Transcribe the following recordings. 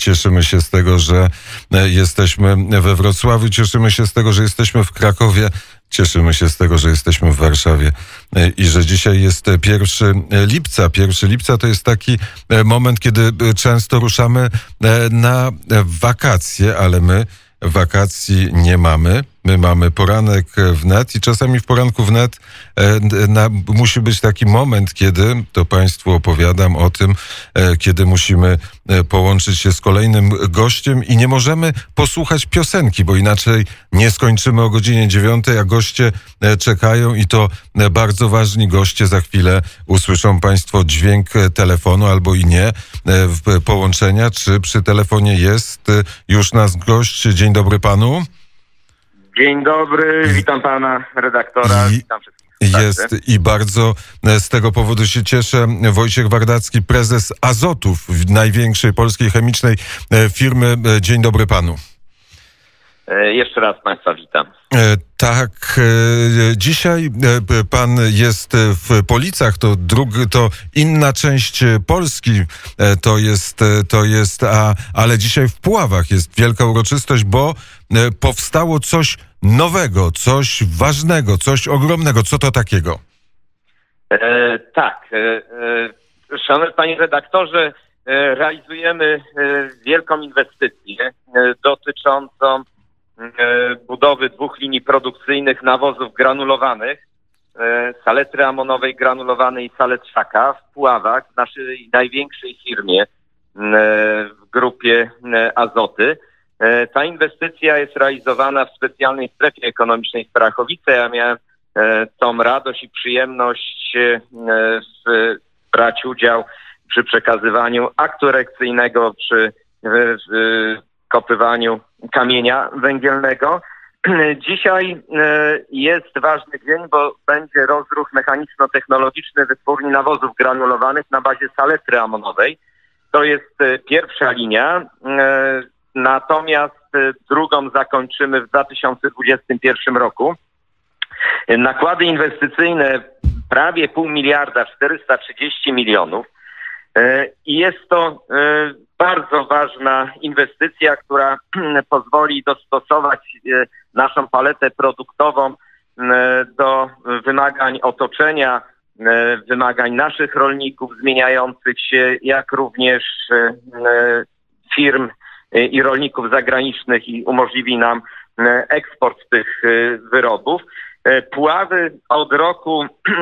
Cieszymy się z tego, że jesteśmy we Wrocławiu, cieszymy się z tego, że jesteśmy w Krakowie, cieszymy się z tego, że jesteśmy w Warszawie i że dzisiaj jest 1 lipca. 1 lipca to jest taki moment, kiedy często ruszamy na wakacje, ale my wakacji nie mamy. My mamy poranek wnet i czasami w poranku wnet musi być taki moment, kiedy, to Państwu opowiadam o tym, kiedy musimy połączyć się z kolejnym gościem i nie możemy posłuchać piosenki, bo inaczej nie skończymy o godzinie 9, a goście czekają i to bardzo ważni goście. Za chwilę usłyszą Państwo dźwięk telefonu albo i nie połączenia. Czy przy telefonie jest już nasz gość? Dzień dobry Panu. Dzień dobry, witam pana redaktora, witam wszystkich. Jest i bardzo z tego powodu się cieszę. Wojciech Wardacki, prezes Azotów, największej polskiej chemicznej firmy. Dzień dobry panu. Jeszcze raz państwa witam. Tak, dzisiaj pan jest w Policach, to inna część Polski, ale dzisiaj w Puławach jest wielka uroczystość, bo powstało coś nowego, coś ważnego, coś ogromnego. Co to takiego? Szanowny panie redaktorze, realizujemy wielką inwestycję dotyczącą budowy 2 linii produkcyjnych nawozów granulowanych, saletry amonowej granulowanej i saletrzaka w Puławach, w naszej największej firmie w grupie Azoty. Ta inwestycja jest realizowana w specjalnej strefie ekonomicznej w Prachowice. Ja miałem tą radość i przyjemność brać udział przy przekazywaniu aktu erekcyjnego, przy kopywaniu kamienia węgielnego. Dzisiaj jest ważny dzień, bo będzie rozruch mechaniczno-technologiczny wytwórni nawozów granulowanych na bazie saletry amonowej. To jest pierwsza linia, natomiast drugą zakończymy w 2021 roku. Nakłady inwestycyjne prawie 0,5 miliarda, 430 milionów. I jest to bardzo ważna inwestycja, która pozwoli dostosować naszą paletę produktową do wymagań otoczenia, wymagań naszych rolników zmieniających się, jak również firm i rolników zagranicznych i umożliwi nam eksport tych wyrobów. Puławy od roku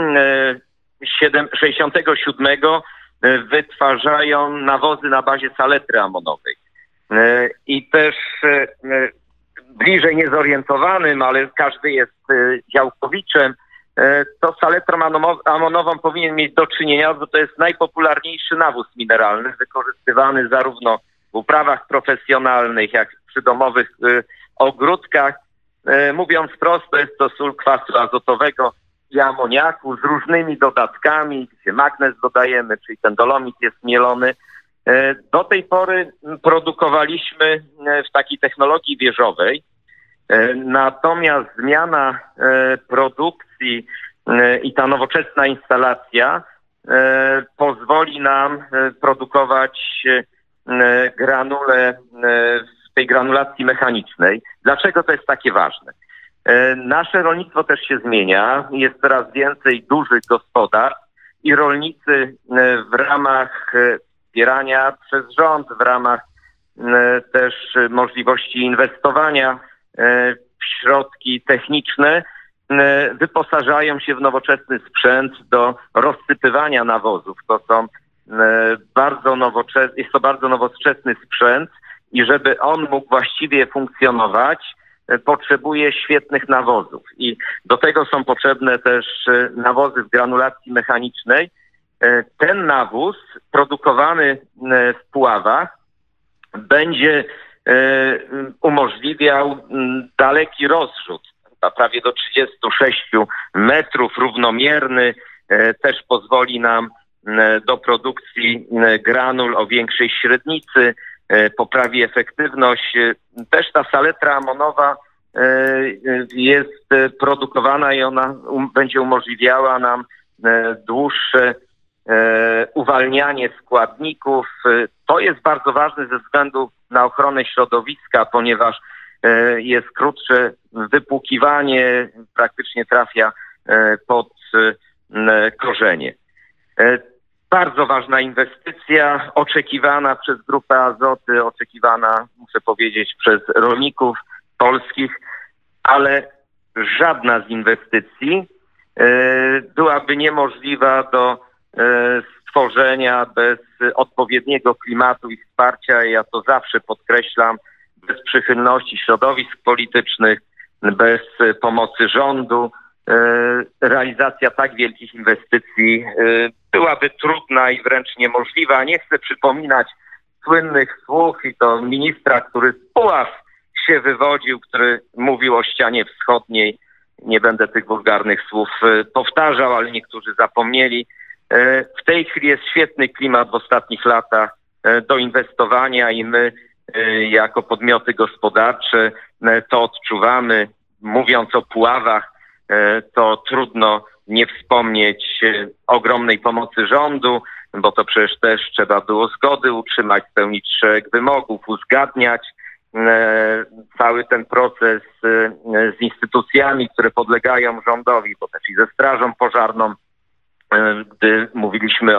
67 wytwarzają nawozy na bazie saletry amonowej. I też bliżej niezorientowanym, ale każdy jest działkowiczem, to z saletrą amonową powinien mieć do czynienia, bo to jest najpopularniejszy nawóz mineralny, wykorzystywany zarówno w uprawach profesjonalnych, jak i przy domowych ogródkach. Mówiąc prosto, jest to sól kwasu azotowego i amoniaku z różnymi dodatkami, gdzie magnez dodajemy, czyli ten dolomit jest mielony. Do tej pory produkowaliśmy w takiej technologii wieżowej, natomiast zmiana produkcji i ta nowoczesna instalacja pozwoli nam produkować granule w tej granulacji mechanicznej. Dlaczego to jest takie ważne? Nasze rolnictwo też się zmienia, jest coraz więcej dużych gospodarstw i rolnicy w ramach wspierania przez rząd, w ramach też możliwości inwestowania w środki techniczne wyposażają się w nowoczesny sprzęt do rozsypywania nawozów. Jest to bardzo nowoczesny sprzęt i żeby on mógł właściwie funkcjonować, potrzebuje świetnych nawozów i do tego są potrzebne też nawozy w granulacji mechanicznej. Ten nawóz produkowany w Puławach będzie umożliwiał daleki rozrzut, prawie do 36 metrów, równomierny, też pozwoli nam do produkcji granul o większej średnicy, poprawi efektywność. Też ta saletra amonowa jest produkowana i ona będzie umożliwiała nam dłuższe uwalnianie składników. To jest bardzo ważne ze względu na ochronę środowiska, ponieważ jest krótsze wypłukiwanie, praktycznie trafia pod korzenie. Bardzo ważna inwestycja, oczekiwana przez Grupę Azoty, oczekiwana, muszę powiedzieć, przez rolników polskich, ale żadna z inwestycji byłaby niemożliwa do stworzenia bez odpowiedniego klimatu i wsparcia. Ja to zawsze podkreślam, bez przychylności środowisk politycznych, bez pomocy rządu. Realizacja tak wielkich inwestycji byłaby trudna i wręcz niemożliwa. Nie chcę przypominać słynnych słów i to ministra, który z Puław się wywodził, który mówił o ścianie wschodniej. Nie będę tych wulgarnych słów powtarzał, ale niektórzy zapomnieli. W tej chwili jest świetny klimat w ostatnich latach do inwestowania i my jako podmioty gospodarcze to odczuwamy. Mówiąc o Puławach, to trudno nie wspomnieć ogromnej pomocy rządu, bo to przecież też trzeba było zgody utrzymać, spełnić szereg wymogów, uzgadniać cały ten proces z instytucjami, które podlegają rządowi, bo też i ze Strażą Pożarną, gdy mówiliśmy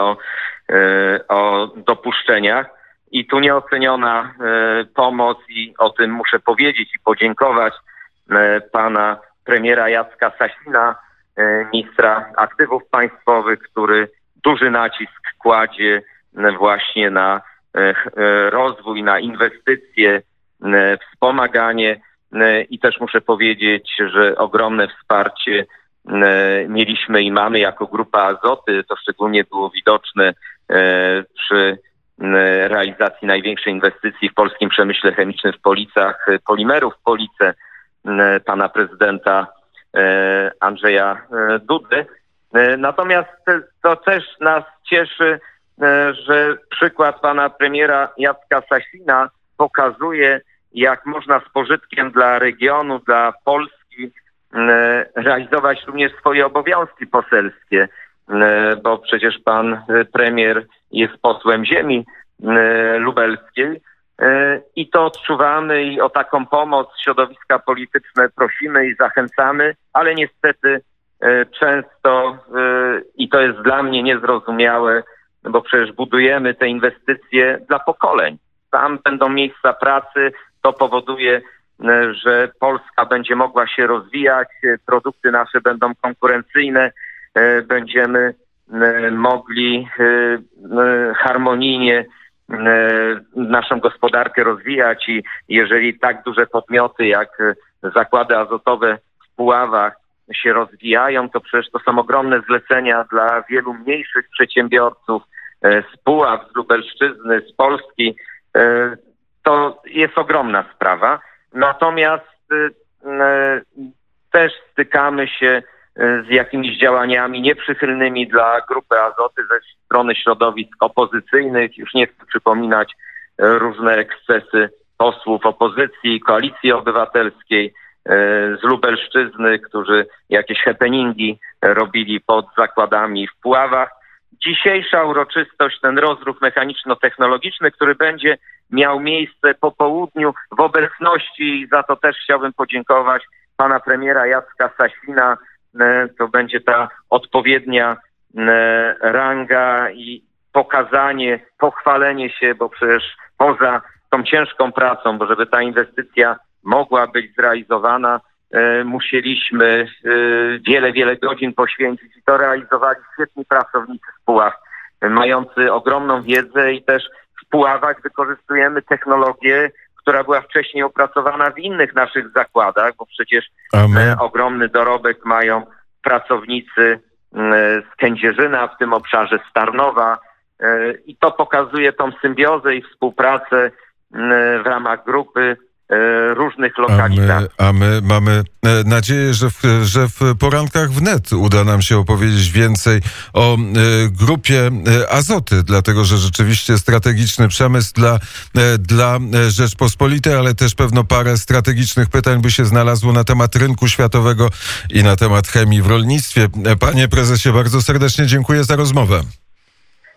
o dopuszczeniach. I tu nieoceniona pomoc i o tym muszę powiedzieć i podziękować pana premiera Jacka Sasina, ministra aktywów państwowych, który duży nacisk kładzie właśnie na rozwój, na inwestycje, wspomaganie i też muszę powiedzieć, że ogromne wsparcie mieliśmy i mamy jako Grupa Azoty. To szczególnie było widoczne przy realizacji największej inwestycji w polskim przemyśle chemicznym w Policach, Polimerów w Police, pana prezydenta Andrzeja Dudy. Natomiast to też nas cieszy, że przykład pana premiera Jacka Sasina pokazuje, jak można z pożytkiem dla regionu, dla Polski realizować również swoje obowiązki poselskie, bo przecież pan premier jest posłem ziemi lubelskiej i to odczuwamy i o taką pomoc środowiska polityczne prosimy i zachęcamy, ale niestety często, i to jest dla mnie niezrozumiałe, bo przecież budujemy te inwestycje dla pokoleń. Tam będą miejsca pracy, to powoduje, że Polska będzie mogła się rozwijać, produkty nasze będą konkurencyjne, będziemy mogli harmonijnie naszą gospodarkę rozwijać i jeżeli tak duże podmioty jak zakłady azotowe w Puławach się rozwijają, to przecież to są ogromne zlecenia dla wielu mniejszych przedsiębiorców z Puław, z Lubelszczyzny, z Polski. To jest ogromna sprawa. Natomiast też stykamy się z jakimiś działaniami nieprzychylnymi dla Grupy Azoty ze strony środowisk opozycyjnych. Już nie chcę przypominać różne ekscesy posłów opozycji, Koalicji Obywatelskiej z Lubelszczyzny, którzy jakieś happeningi robili pod zakładami w Puławach. Dzisiejsza uroczystość, ten rozruch mechaniczno-technologiczny, który będzie miał miejsce po południu w obecności, i za to też chciałbym podziękować, pana premiera Jacka Sasina. To będzie ta odpowiednia ranga i pokazanie, pochwalenie się, bo przecież poza tą ciężką pracą, bo żeby ta inwestycja mogła być zrealizowana, musieliśmy wiele godzin poświęcić i to realizowali świetni pracownicy z Puław, mający ogromną wiedzę i też w Puławach wykorzystujemy technologię, która była wcześniej opracowana w innych naszych zakładach, bo przecież ogromny dorobek mają pracownicy z Kędzierzyna, w tym obszarze Starnowa i to pokazuje tą symbiozę i współpracę w ramach grupy różnych lokalizacji. A my mamy nadzieję, że w porankach wnet uda nam się opowiedzieć więcej o Grupie Azoty, dlatego że rzeczywiście strategiczny przemysł dla Rzeczpospolitej, ale też pewno parę strategicznych pytań by się znalazło na temat rynku światowego i na temat chemii w rolnictwie. Panie prezesie, bardzo serdecznie dziękuję za rozmowę.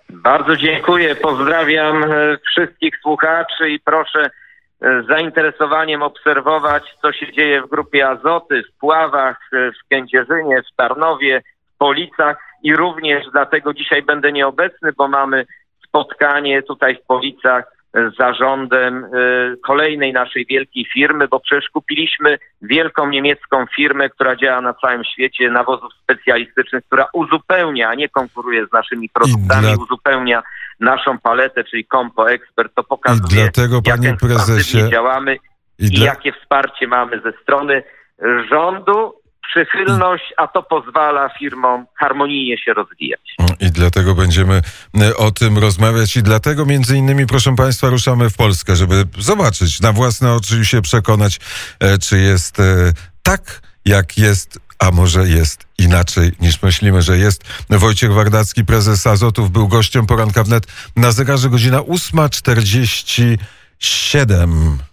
Bardzo dziękuję. Pozdrawiam wszystkich słuchaczy i proszę z zainteresowaniem obserwować, co się dzieje w Grupie Azoty, w Puławach, w Kędzierzynie, w Tarnowie, w Policach i również dlatego dzisiaj będę nieobecny, bo mamy spotkanie tutaj w Policach z zarządem kolejnej naszej wielkiej firmy, bo przecież kupiliśmy wielką niemiecką firmę, która działa na całym świecie, nawozów specjalistycznych, która uzupełnia, a nie konkuruje z naszymi produktami, uzupełnia naszą paletę, czyli Compo Expert. To pokazuje, jak intensywnie działamy i jakie wsparcie mamy ze strony rządu, przychylność, a to pozwala firmom harmonijnie się rozwijać. I dlatego będziemy o tym rozmawiać i dlatego między innymi, proszę Państwa, ruszamy w Polskę, żeby zobaczyć, na własne oczy się przekonać, czy jest tak, jak jest, a może jest inaczej niż myślimy, że jest. Wojciech Wardacki, prezes Azotów, był gościem Poranka Wnet. Na zegarze godzina 8:47.